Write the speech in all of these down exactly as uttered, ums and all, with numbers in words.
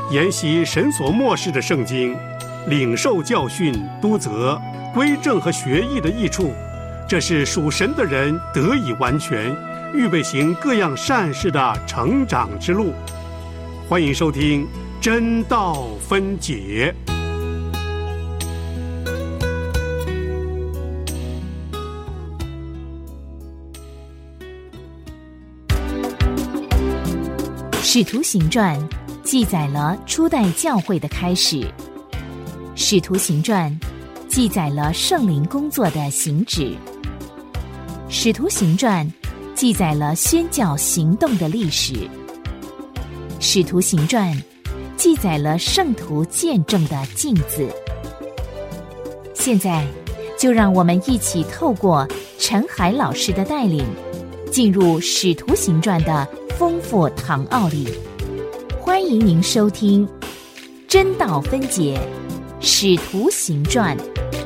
研习神所默示的圣经，领受教训、督责、归正和学艺的益处，这是属神的人得以完全，预备行各样善事的成长之路。欢迎收听真道分解。 使徒行传记载了初代教会的开始，使徒行传记载了圣灵工作的行止，使徒行传记载了宣教行动的历史，使徒行传记载了圣徒见证的镜子。现在就让我们一起透过陈海老师的带领，进入使徒行传的丰富堂奥里。欢迎您收听真道分解使徒行传。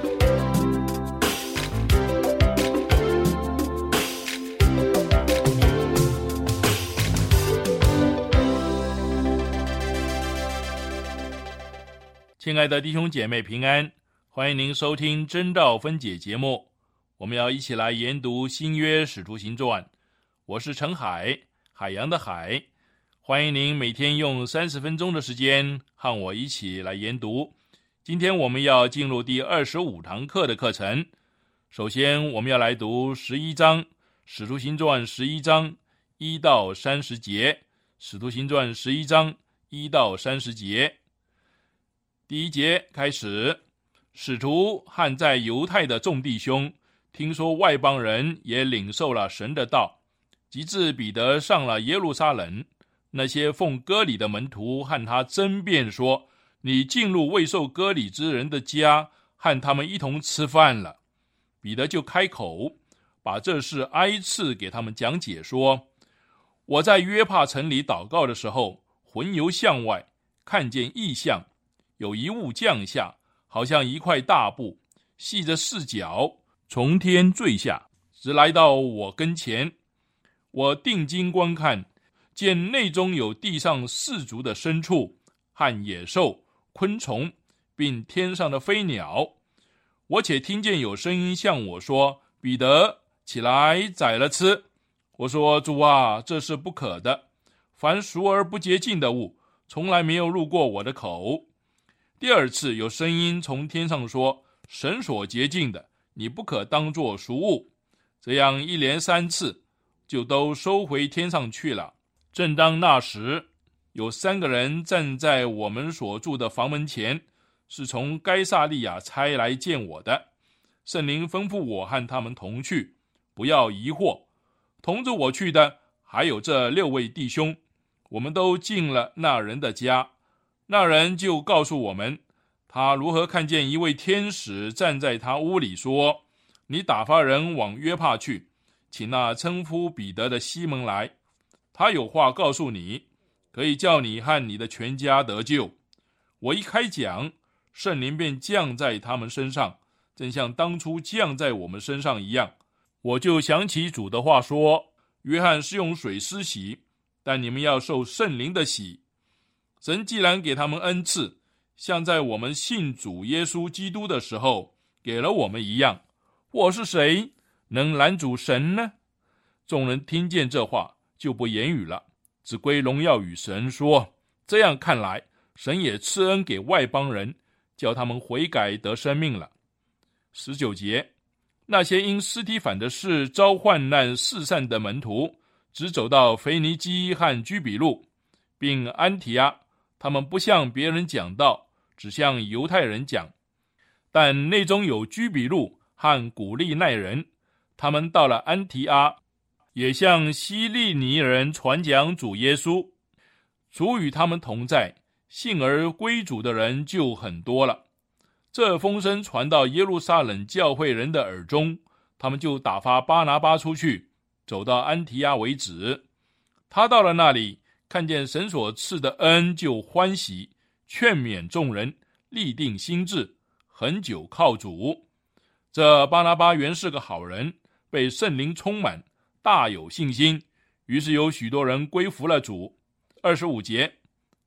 亲爱的弟兄姐妹平安，欢迎您收听真道分解节目。我们要一起来研读新约使徒行传。我是陈海，海洋的海。欢迎您每天用三十分钟的时间和我一起来研读。今天我们要进入第二十五堂课的课程。首先我们要来读十一章，使徒行传十一章一到三十节。使徒行传十一章一到三十节。第一节开始，使徒和在犹太的众弟兄听说外邦人也领受了神的道，及至彼得上了耶路撒冷，那些奉割礼的门徒和他争辩说，你进入未受割礼之人的家，和他们一同吃饭了。彼得就开口，把这事挨次给他们讲解说，我在约帕城里祷告的时候，魂游向外，看见异象，有一物降下，好像一块大布，系着四角，从天坠下，直来到我跟前。我定睛观看，见内中有地上四足的牲畜和野兽、昆虫，并天上的飞鸟。我且听见有声音向我说，彼得，起来宰了吃。我说，主啊，这是不可的，凡熟而不洁净的物，从来没有入过我的口。第二次有声音从天上说，神所洁净的，你不可当作俗物。这样一连三次，就都收回天上去了。正当那时，有三个人站在我们所住的房门前，是从该撒利亚差来见我的。圣灵吩咐我和他们同去，不要疑惑。同着我去的还有这六位弟兄，我们都进了那人的家。那人就告诉我们，他如何看见一位天使站在他屋里说，你打发人往约帕去，请那称呼彼得的西门来，他有话告诉你，可以叫你和你的全家得救。我一开讲，圣灵便降在他们身上，正像当初降在我们身上一样。我就想起主的话说，约翰是用水施洗，但你们要受圣灵的洗。神既然给他们恩赐，像在我们信主耶稣基督的时候给了我们一样，我是谁能拦阻神呢？众人听见这话，就不言语了，只归荣耀与神，说，这样看来，神也赐恩给外邦人，叫他们悔改得生命了。十九节，那些因司提反的事遭患难四散的门徒，只走到腓尼基和居比路，并安提阿，他们不向别人讲道，只向犹太人讲。但内中有居比路和古利奈人，他们到了安提阿，也向希利尼人传讲主耶稣。主与他们同在，信而归主的人就很多了。这风声传到耶路撒冷教会人的耳中，他们就打发巴拿巴出去，走到安提阿为止。他到了那里，看见神所赐的恩，就欢喜，劝勉众人，立定心志，恒久靠主。这巴拿巴原是个好人，被圣灵充满，大有信心，于是有许多人归服了主。二十五节，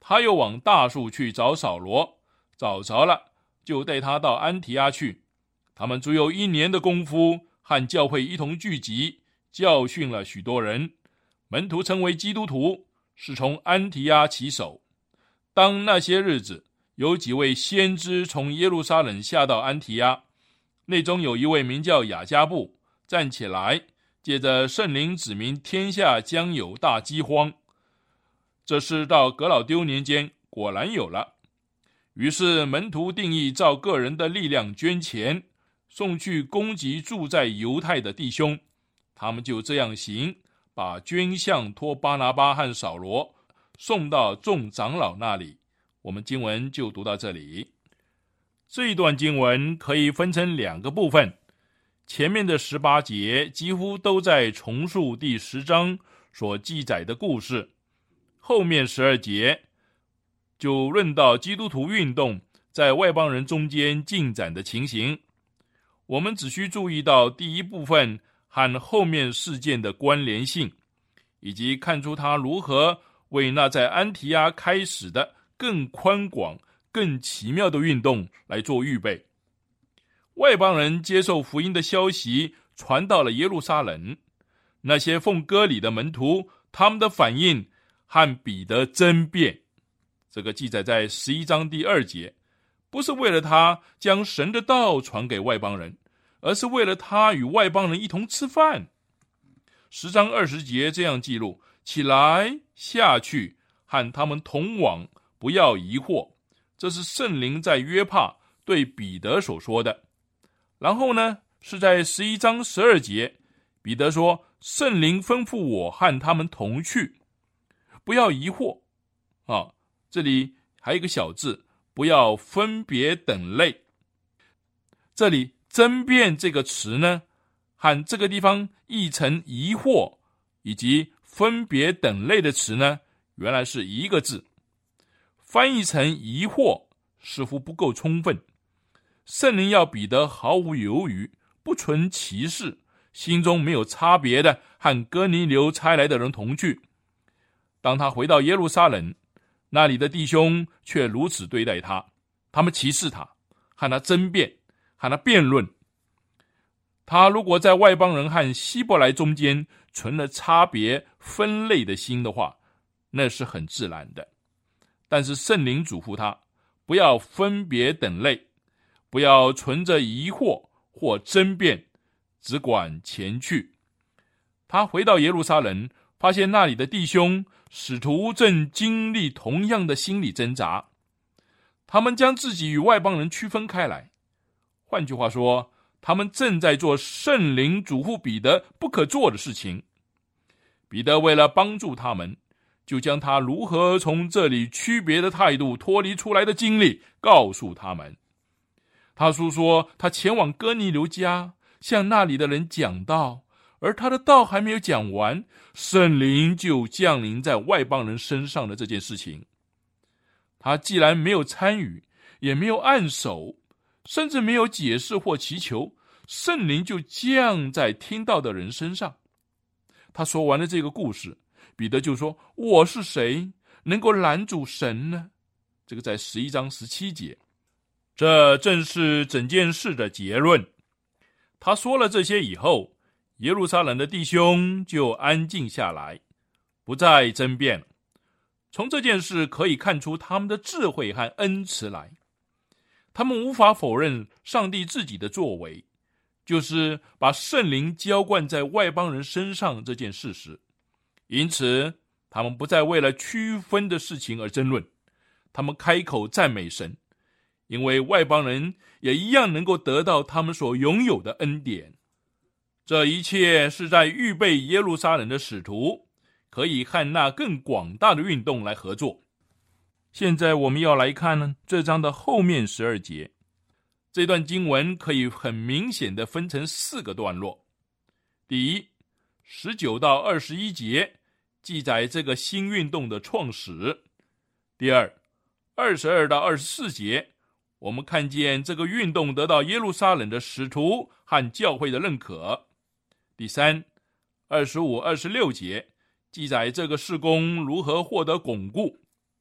他又往大树去找扫罗，找着了，就带他到安提阿去。他们足有一年的功夫，和教会一同聚集，教训了许多人。门徒成为基督徒，是从安提阿起手。当那些日子，有几位先知从耶路撒冷下到安提阿，内中有一位名叫雅加布，站起来，借着圣灵指明天下将有大饥荒。这事到革老丢年间果然有了。于是门徒定义照个人的力量捐钱，送去攻击住在犹太的弟兄。他们就这样行，把捐项托巴拿巴和扫罗送到众长老那里。我们经文就读到这里。这一段经文可以分成两个部分，前面的十八节几乎都在重述第十章所记载的故事，后面十二节就论到基督徒运动在外邦人中间进展的情形。我们只需注意到第一部分和后面事件的关联性，以及看出他如何为那在安提阿开始的更宽广、更奇妙的运动来做预备。外邦人接受福音的消息传到了耶路撒冷，那些奉割礼的门徒，他们的反应和彼得争辩，这个记载在十一章第二节，不是为了他将神的道传给外邦人，而是为了他与外邦人一同吃饭。十章二十节这样记录：起来下去，和他们同往，不要疑惑。这是圣灵在约帕对彼得所说的。然后呢，是在十一章十二节，彼得说：圣灵吩咐我和他们同去，不要疑惑啊，这里还有一个小字，不要分别等类。这里争辩这个词呢，和这个地方译成疑惑以及分别等类的词呢，原来是一个字。翻译成疑惑似乎不够充分。圣灵要彼得毫无犹豫，不存歧视，心中没有差别的和哥尼流差来的人同去。当他回到耶路撒冷，那里的弟兄却如此对待他，他们歧视他，和他争辩，和他辩论。他如果在外邦人和希伯来中间存了差别分类的心的话，那是很自然的。但是圣灵嘱咐他，不要分别等类，不要存着疑惑或争辩，只管前去。他回到耶路撒冷，发现那里的弟兄使徒正经历同样的心理挣扎，他们将自己与外邦人区分开来。换句话说，他们正在做圣灵嘱咐彼得不可做的事情。彼得为了帮助他们，就将他如何从这里区别的态度脱离出来的经历告诉他们。他诉说他前往哥尼流家，向那里的人讲道，而他的道还没有讲完，圣灵就降临在外邦人身上的这件事情。他既然没有参与，也没有按手，甚至没有解释或祈求，圣灵就降在听到的人身上。他说完了这个故事，彼得就说：我是谁能够拦阻神呢？这个在十一章十七节。这正是整件事的结论。他说了这些以后，耶路撒冷的弟兄就安静下来，不再争辩了。从这件事可以看出他们的智慧和恩慈来。他们无法否认上帝自己的作为，就是把圣灵浇灌在外邦人身上这件事实。因此他们不再为了区分的事情而争论，他们开口赞美神，因为外邦人也一样能够得到他们所拥有的恩典。这一切是在预备耶路撒冷的使徒可以和那更广大的运动来合作。现在我们要来看呢，这章的后面十二节。这段经文可以很明显的分成四个段落。第一，十九到二十一节记载这个新运动的创始。第二，二十二到二十四节我们看见这个运动得到耶路撒冷的使徒和教会的认可。第三，二十五、二十六节记载这个事工如何获得巩固，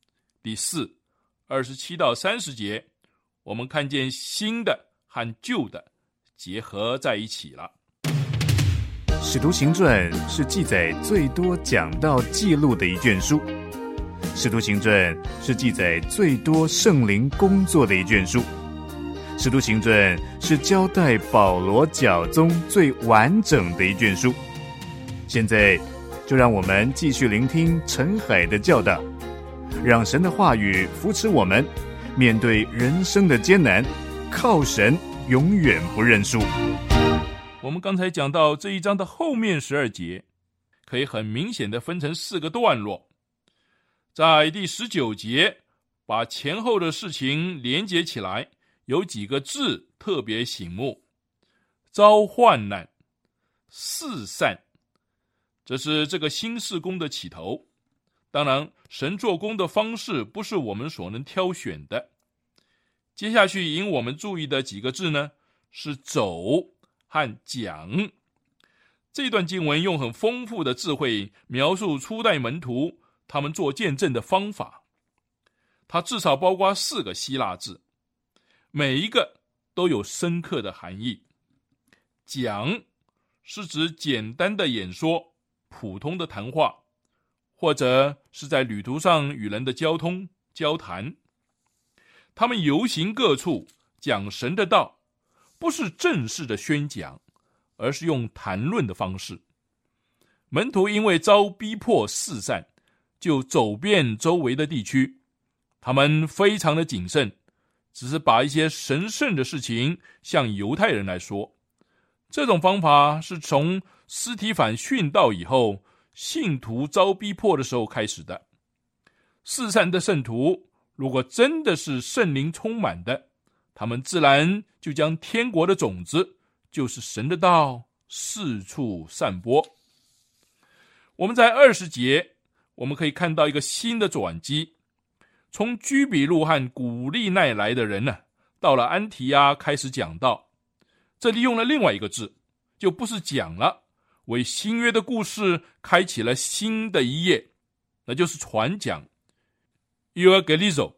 第四，二十七到三十节，我们看见新的和旧的结合在一起了。 使徒行传是记载最多讲道记录的一卷书，使徒行传是记载最多圣灵工作的一卷书，使徒行传是交代保罗教宗最完整的一卷书。现在就让我们继续聆听陈海的教导，让神的话语扶持我们面对人生的艰难，靠神永远不认输。 我们刚才讲到这一章的后面十二节，可以很明显的分成四个段落。在第十九节，把前后的事情连结起来，有几个字特别醒目：遭患难、四散。这是这个新事工的起头。当然，神做工的方式不是我们所能挑选的。接下去引我们注意的几个字呢，是走和讲。这段经文用很丰富的智慧描述初代门徒他们做见证的方法。它至少包括四个希腊字，每一个都有深刻的含义。讲是指简单的演说、普通的谈话，或者是在旅途上与人的交通、交谈。他们游行各处，讲神的道，不是正式的宣讲，而是用谈论的方式。门徒因为遭逼迫四散，就走遍周围的地区。他们非常的谨慎，只是把一些神圣的事情向犹太人来说。这种方法是从司提反殉道以后，信徒遭逼迫的时候开始的。四散的圣徒如果真的是圣灵充满的，他们自然就将天国的种子，就是神的道，四处散播。我们在二十节，我们可以看到一个新的转机。从居比路和古利奈来的人呢，到了安提阿开始讲道。这里用了另外一个字，就不是讲了，为新约的故事开启了新的一页，那就是传讲。Euangelizo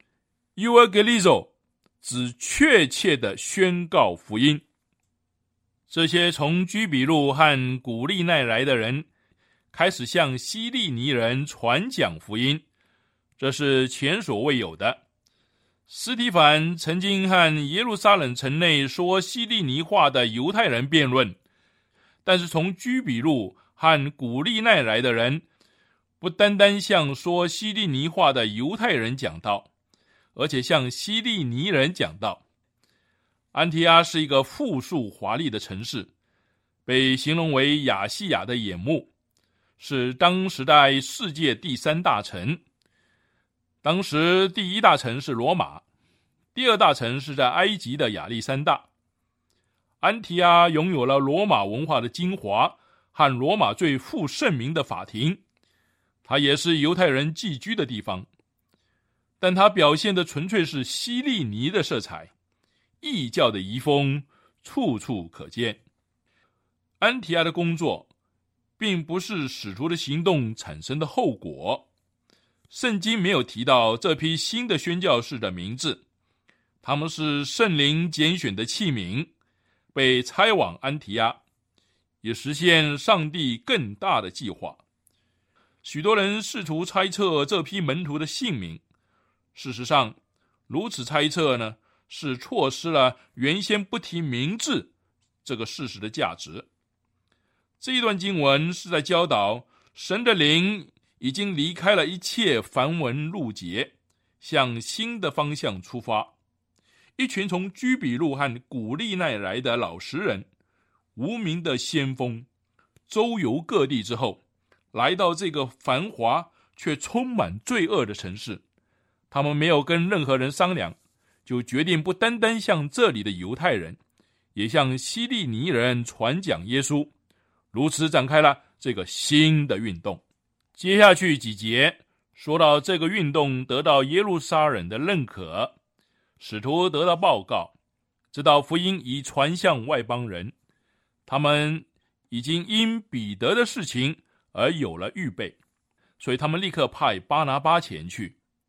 Euangelizo 指确切的宣告福音。这些从居比路和古利奈来的人开始向希利尼人传讲福音，这是前所未有的。司提反曾经和耶路撒冷城内说希利尼话的犹太人辩论，但是从居比路和古利奈来的人不单单向说希利尼话的犹太人讲道，而且向希利尼人讲道。安提阿是一个富庶华丽的城市，被形容为亚细亚的眼目，是当时代世界第三大城。当时第一大城是罗马，第二大城是在埃及的亚历山大。安提阿拥有了罗马文化的精华和罗马最负盛名的法庭，它也是犹太人寄居的地方，但它表现的纯粹是希利尼的色彩，异教的遗风处处可见。安提阿的工作并不是使徒的行动产生的后果，圣经没有提到这批新的宣教士的名字，他们是圣灵拣选的器皿，被差往安提阿，也实现上帝更大的计划。许多人试图猜测这批门徒的姓名，事实上，如此猜测呢，是错失了原先不提名字这个事实的价值。这一段经文是在教导神的灵已经离开了一切繁文缛节，向新的方向出发。一群从居比路和古利奈来的老实人，无名的先锋，周游各地之后，来到这个繁华却充满罪恶的城市。他们没有跟任何人商量，就决定不单单向这里的犹太人，也向希利尼人传讲耶稣，如此展开了这个新的运动。接下去几节说到这个运动得到耶路撒冷的认可，使徒得到报告，知道福音已传向外邦人，他们已经因彼得的事情而有了预备，所以他们立刻派巴拿巴前去。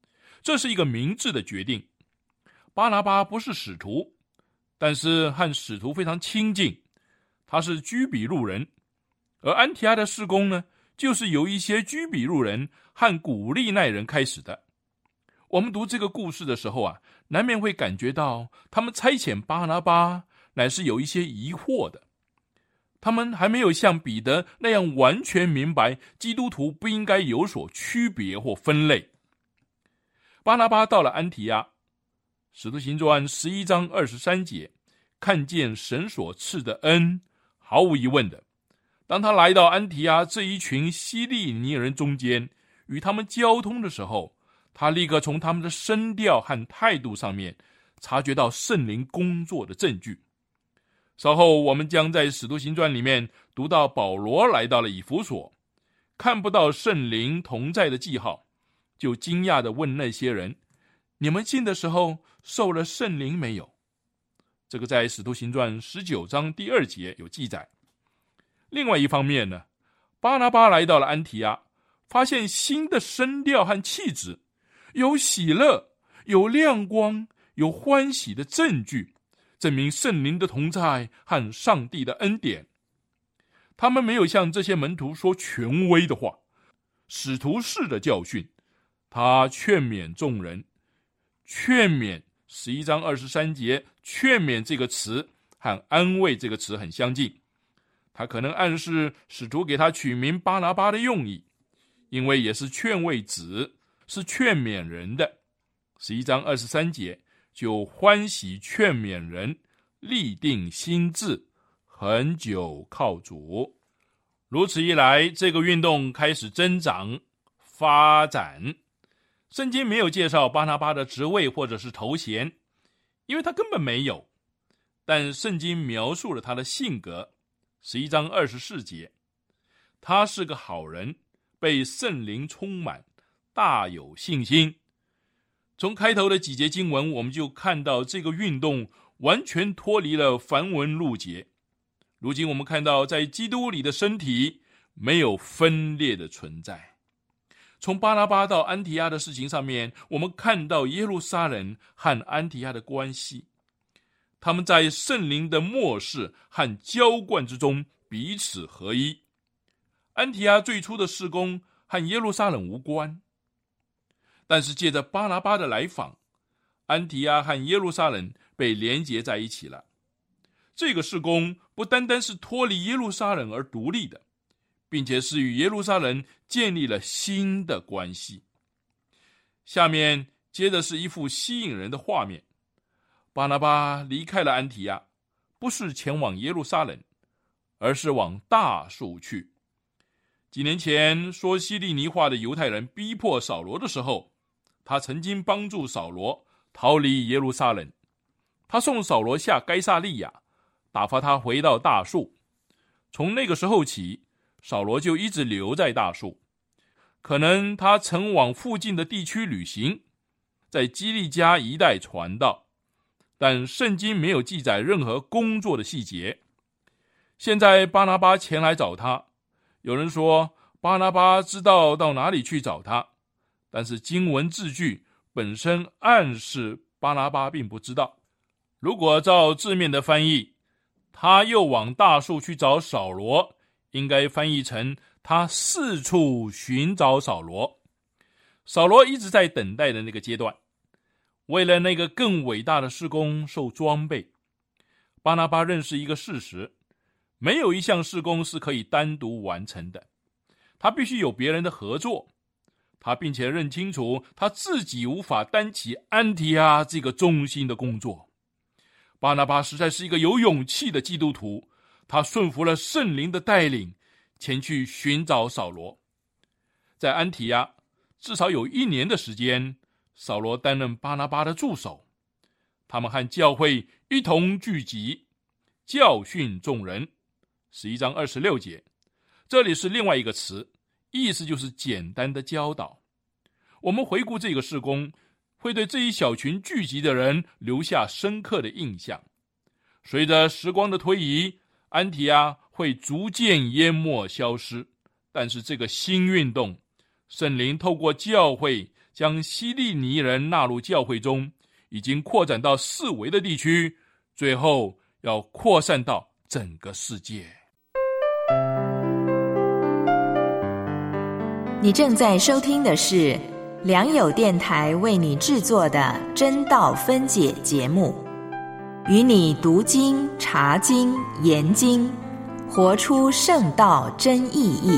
这是一个明智的决定。巴拿巴不是使徒，但是和使徒非常亲近，他是居比路人。而安提阿的事工呢，就是由一些居比路人和古利奈人开始的。我们读这个故事的时候啊，难免会感觉到他们差遣巴拿巴乃是有一些疑惑的。他们还没有像彼得那样完全明白基督徒不应该有所区别或分类。巴拿巴到了安提阿，使徒行传十一章二十三节，看见神所赐的恩，毫无疑问的，当他来到安提阿这一群希利尼人中间，与他们交通的时候，他立刻从他们的声调和态度上面察觉到圣灵工作的证据。稍后我们将在使徒行传里面读到保罗来到了以弗所，看不到圣灵同在的记号，就惊讶地问那些人，你们信的时候受了圣灵没有？这个在使徒行传十九章第二节有记载。另外一方面呢，巴拿巴来到了安提阿，发现新的声调和气质，有喜乐，有亮光，有欢喜的证据，证明圣灵的同在和上帝的恩典。他们没有向这些门徒说权威的话，使徒式的教训，他劝勉众人。劝勉十一章二十三节，劝勉这个词和安慰这个词很相近，他可能暗示使徒给他取名巴拿巴的用意，因为也是劝慰子，是劝勉人的。十一章二十三节，就欢喜劝勉人，立定心志，恒久靠主。如此一来，这个运动开始增长发展。圣经没有介绍巴拿巴的职位或者是头衔，因为他根本没有，但圣经描述了他的性格。十一章二十四节，他是个好人，被圣灵充满，大有信心。从开头的几节经文，我们就看到这个运动完全脱离了繁文缛节。如今我们看到，在基督里的身体没有分裂的存在。从巴拿巴到安提阿的事情上面，我们看到耶路撒冷和安提阿的关系，他们在圣灵的默示和浇灌之中彼此合一。安提阿最初的事工和耶路撒冷无关，但是借着巴拿巴的来访，安提阿和耶路撒冷被连结在一起了。这个事工不单单是脱离耶路撒冷而独立的，并且是与耶路撒冷建立了新的关系。下面接着是一幅吸引人的画面，巴拿巴离开了安提阿，不是前往耶路撒冷，而是往大树去。几年前说希利尼话的犹太人逼迫扫罗的时候，他曾经帮助扫罗逃离耶路撒冷，他送扫罗下该撒利亚，打发他回到大树。从那个时候起，扫罗就一直留在大树，可能他曾往附近的地区旅行，在基利家一带传道，但圣经没有记载任何工作的细节。现在巴拿巴前来找他，有人说巴拿巴知道到哪里去找他，但是经文字句本身暗示巴拿巴并不知道。如果照字面的翻译，他又往大树去找扫罗，应该翻译成他四处寻找扫罗。扫罗一直在等待的那个阶段，为了那个更伟大的事工受装备。巴拿巴认识一个事实，没有一项事工是可以单独完成的，他必须有别人的合作。他并且认清楚他自己无法担起安提阿这个中心的工作。巴拿巴实在是一个有勇气的基督徒，他顺服了圣灵的带领，前去寻找扫罗。在安提阿至少有一年的时间，扫罗担任巴拿巴的助手，他们和教会一同聚集，教训众人。十一章二十六节，这里是另外一个词，意思就是简单的教导。我们回顾这个事工，会对这一小群聚集的人留下深刻的印象。随着时光的推移，安提阿会逐渐淹没消失，但是这个新运动，圣灵透过教会将希利尼人纳入教会中，已经扩展到四围的地区，最后要扩散到整个世界。 你正在收听的是良友电台为你制作的真道分解节目，与你读经、查经、研经，活出圣道真意义。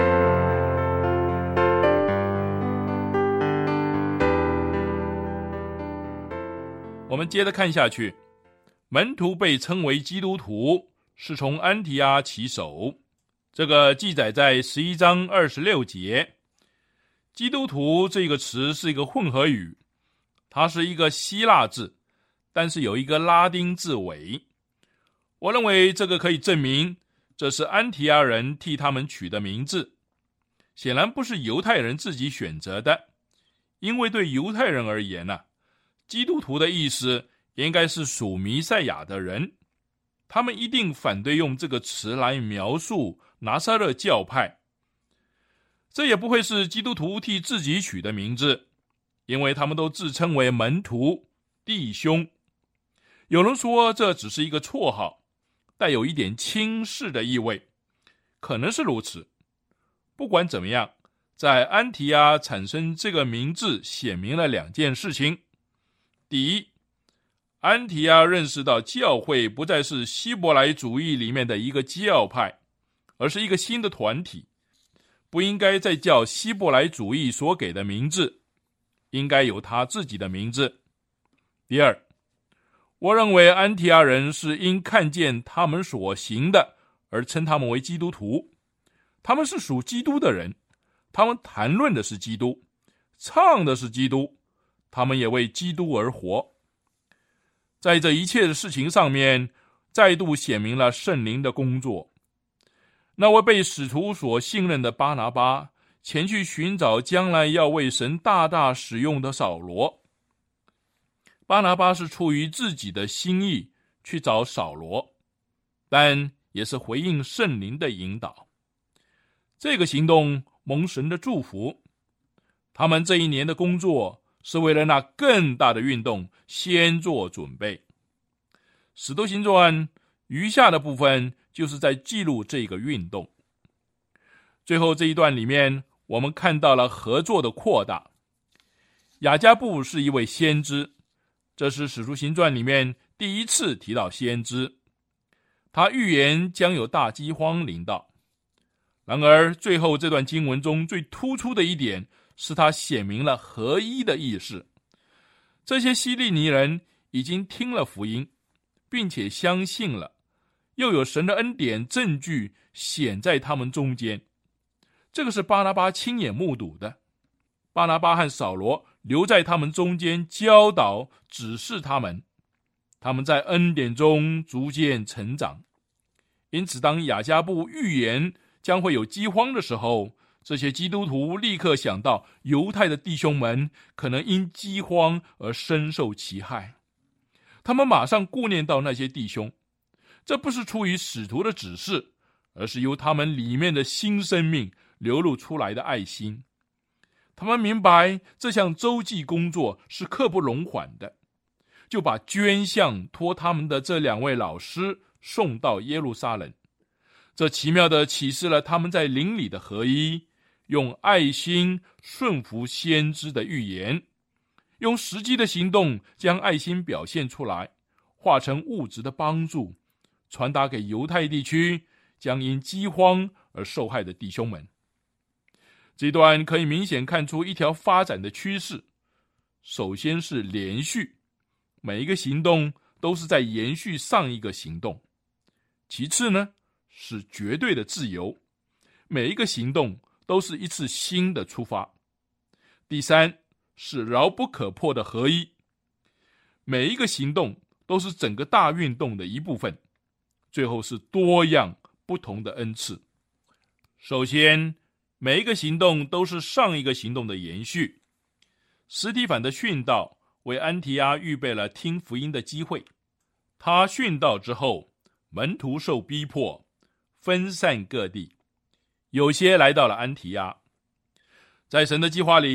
我们接着看下去，门徒被称为基督徒，是从安提阿起手，这个记载在十一章二十六节。基督徒这个词是一个混合语，它是一个希腊字，但是有一个拉丁字尾。我认为这个可以证明这是安提阿人替他们取的名字，显然不是犹太人自己选择的，因为对犹太人而言啊，基督徒的意思应该是属弥赛亚的人，他们一定反对用这个词来描述拿撒勒教派。这也不会是基督徒替自己取的名字，因为他们都自称为门徒、弟兄。有人说这只是一个绰号，带有一点轻视的意味，可能是如此。不管怎么样，在安提阿产生这个名字显明了两件事情。第一，安提阿认识到教会不再是希伯来主义里面的一个教派，而是一个新的团体，不应该再叫希伯来主义所给的名字，应该有他自己的名字。第二，我认为安提阿人是因看见他们所行的而称他们为基督徒，他们是属基督的人，他们谈论的是基督，唱的是基督，他们也为基督而活。在这一切的事情上面，再度显明了圣灵的工作。那位被使徒所信任的巴拿巴，前去寻找将来要为神大大使用的扫罗。巴拿巴是出于自己的心意去找扫罗，但也是回应圣灵的引导。这个行动蒙神的祝福，他们这一年的工作是为了那更大的运动先做准备。使徒行传余下的部分就是在记录这个运动。最后这一段里面，我们看到了合作的扩大。雅加布是一位先知，这是使徒行传里面第一次提到先知，他预言将有大饥荒临到。然而最后这段经文中最突出的一点是他显明了合一的意识。这些希利尼人已经听了福音，并且相信了，又有神的恩典证据显在他们中间。这个是巴拿巴亲眼目睹的。巴拿巴和扫罗留在他们中间教导指示他们，他们在恩典中逐渐成长。因此当雅加布预言将会有饥荒的时候，这些基督徒立刻想到犹太的弟兄们可能因饥荒而深受其害，他们马上顾念到那些弟兄。这不是出于使徒的指示，而是由他们里面的新生命流露出来的爱心。他们明白这项周济工作是刻不容缓的，就把捐项托他们的这两位老师送到耶路撒冷。这奇妙地启示了他们在灵里的合一，用爱心顺服先知的预言，用实际的行动将爱心表现出来，化成物质的帮助，传达给犹太地区将因饥荒而受害的弟兄们。这段可以明显看出一条发展的趋势。首先是连续，每一个行动都是在延续上一个行动。其次呢，是绝对的自由，每一个行动都是一次新的出发。第三是牢不可破的合一，每一个行动都是整个大运动的一部分。最后是多样不同的恩赐。首先，每一个行动都是上一个行动的延续。司提反的殉道为安提阿预备了听福音的机会。他殉道之后，门徒受逼迫，分散各地，有些来到了安提阿。在神的计划里，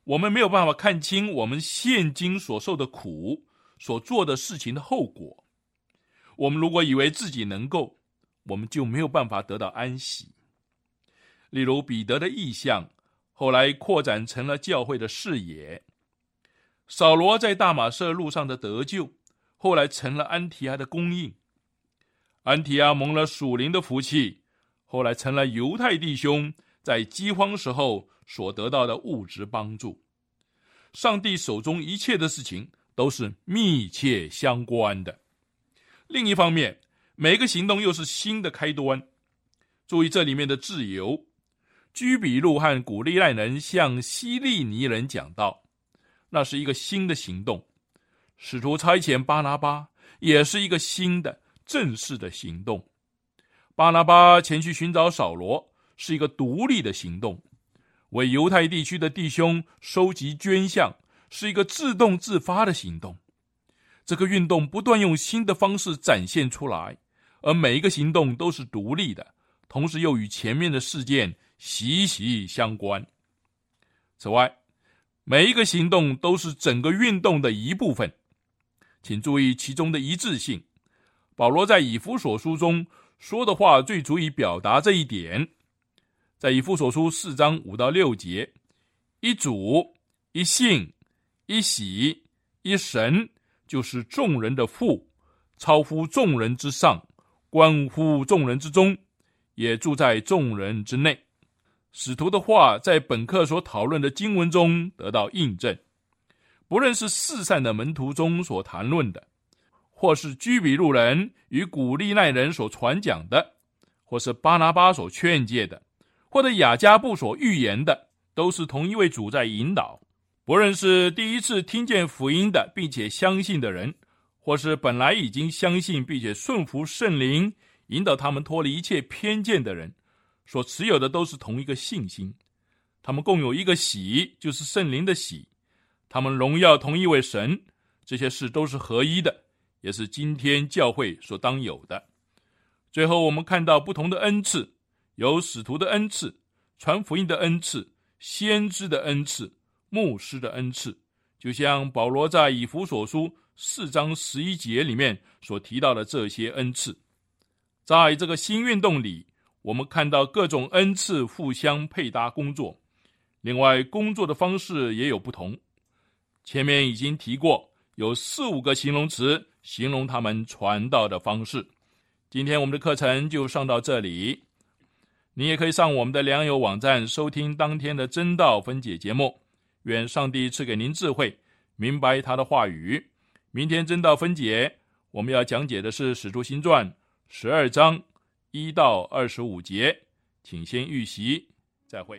我们没有办法看清我们现今所受的苦，所做的事情的后果。我们如果以为自己能够，我们就没有办法得到安息。例如彼得的异象，后来扩展成了教会的视野。扫罗在大马色路上的得救，后来成了安提阿的供应。安提阿蒙了属灵的福气，后来成了犹太弟兄在饥荒时候所得到的物质帮助。上帝手中一切的事情都是密切相关的。另一方面，每个行动又是新的开端。注意这里面的自由。居比路和古利奈人向希利尼人讲道，那是一个新的行动。使徒差遣巴拿巴，也是一个新的正式的行动。巴拿巴前去寻找扫罗，是一个独立的行动。为犹太地区的弟兄收集捐项，是一个自动自发的行动。这个运动不断用新的方式展现出来，而每一个行动都是独立的，同时又与前面的事件息息相关。此外，每一个行动都是整个运动的一部分。请注意其中的一致性。保罗在以弗所书中说的话最足以表达这一点。在以弗所书四章五到六节，一主、一信、一喜、一神，就是众人的父，超乎众人之上，关乎众人之中，也住在众人之内。使徒的话在本课所讨论的经文中得到印证。不论是四散的门徒中所谈论的，或是居比路人与古利奈人所传讲的，或是巴拿巴所劝诫的，或者雅加布所预言的，都是同一位主在引导。不论是第一次听见福音的并且相信的人，或是本来已经相信并且顺服圣灵引导他们脱离一切偏见的人，所持有的都是同一个信心。他们共有一个喜，就是圣灵的喜。他们荣耀同一位神，这些事都是合一的，也是今天教会所当有的。最后我们看到不同的恩赐，有使徒的恩赐、传福音的恩赐、先知的恩赐、牧师的恩赐，就像保罗在以弗所书四章十一节里面所提到的这些恩赐。在这个新运动里，我们看到各种恩赐互相配搭工作，另外工作的方式也有不同。前面已经提过，有四五个形容词形容他们传道的方式。今天我们的课程就上到这里。你也可以上我们的良友网站收听当天的真道分解节目。愿上帝赐给您智慧，明白他的话语。明天真道分解，我们要讲解的是使徒行传十二章一到二十五节，请先预习，再会。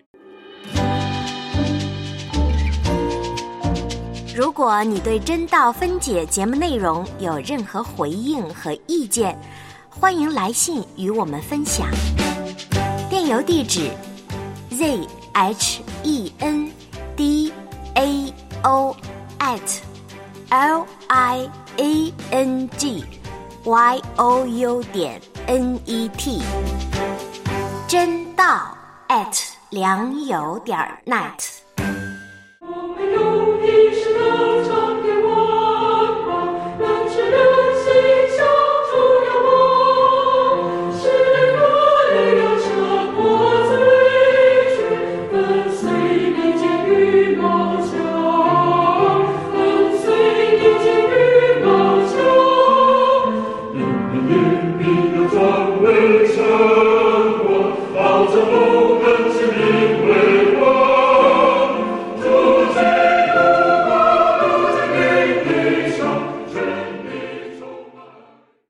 如果你对真道分解节目内容有任何回应和意见，欢迎来信与我们分享。电邮地址 z h e n d a o at l i a n g y o u 点 n e t， 真道 at 良友点 net。 生活，抱着我。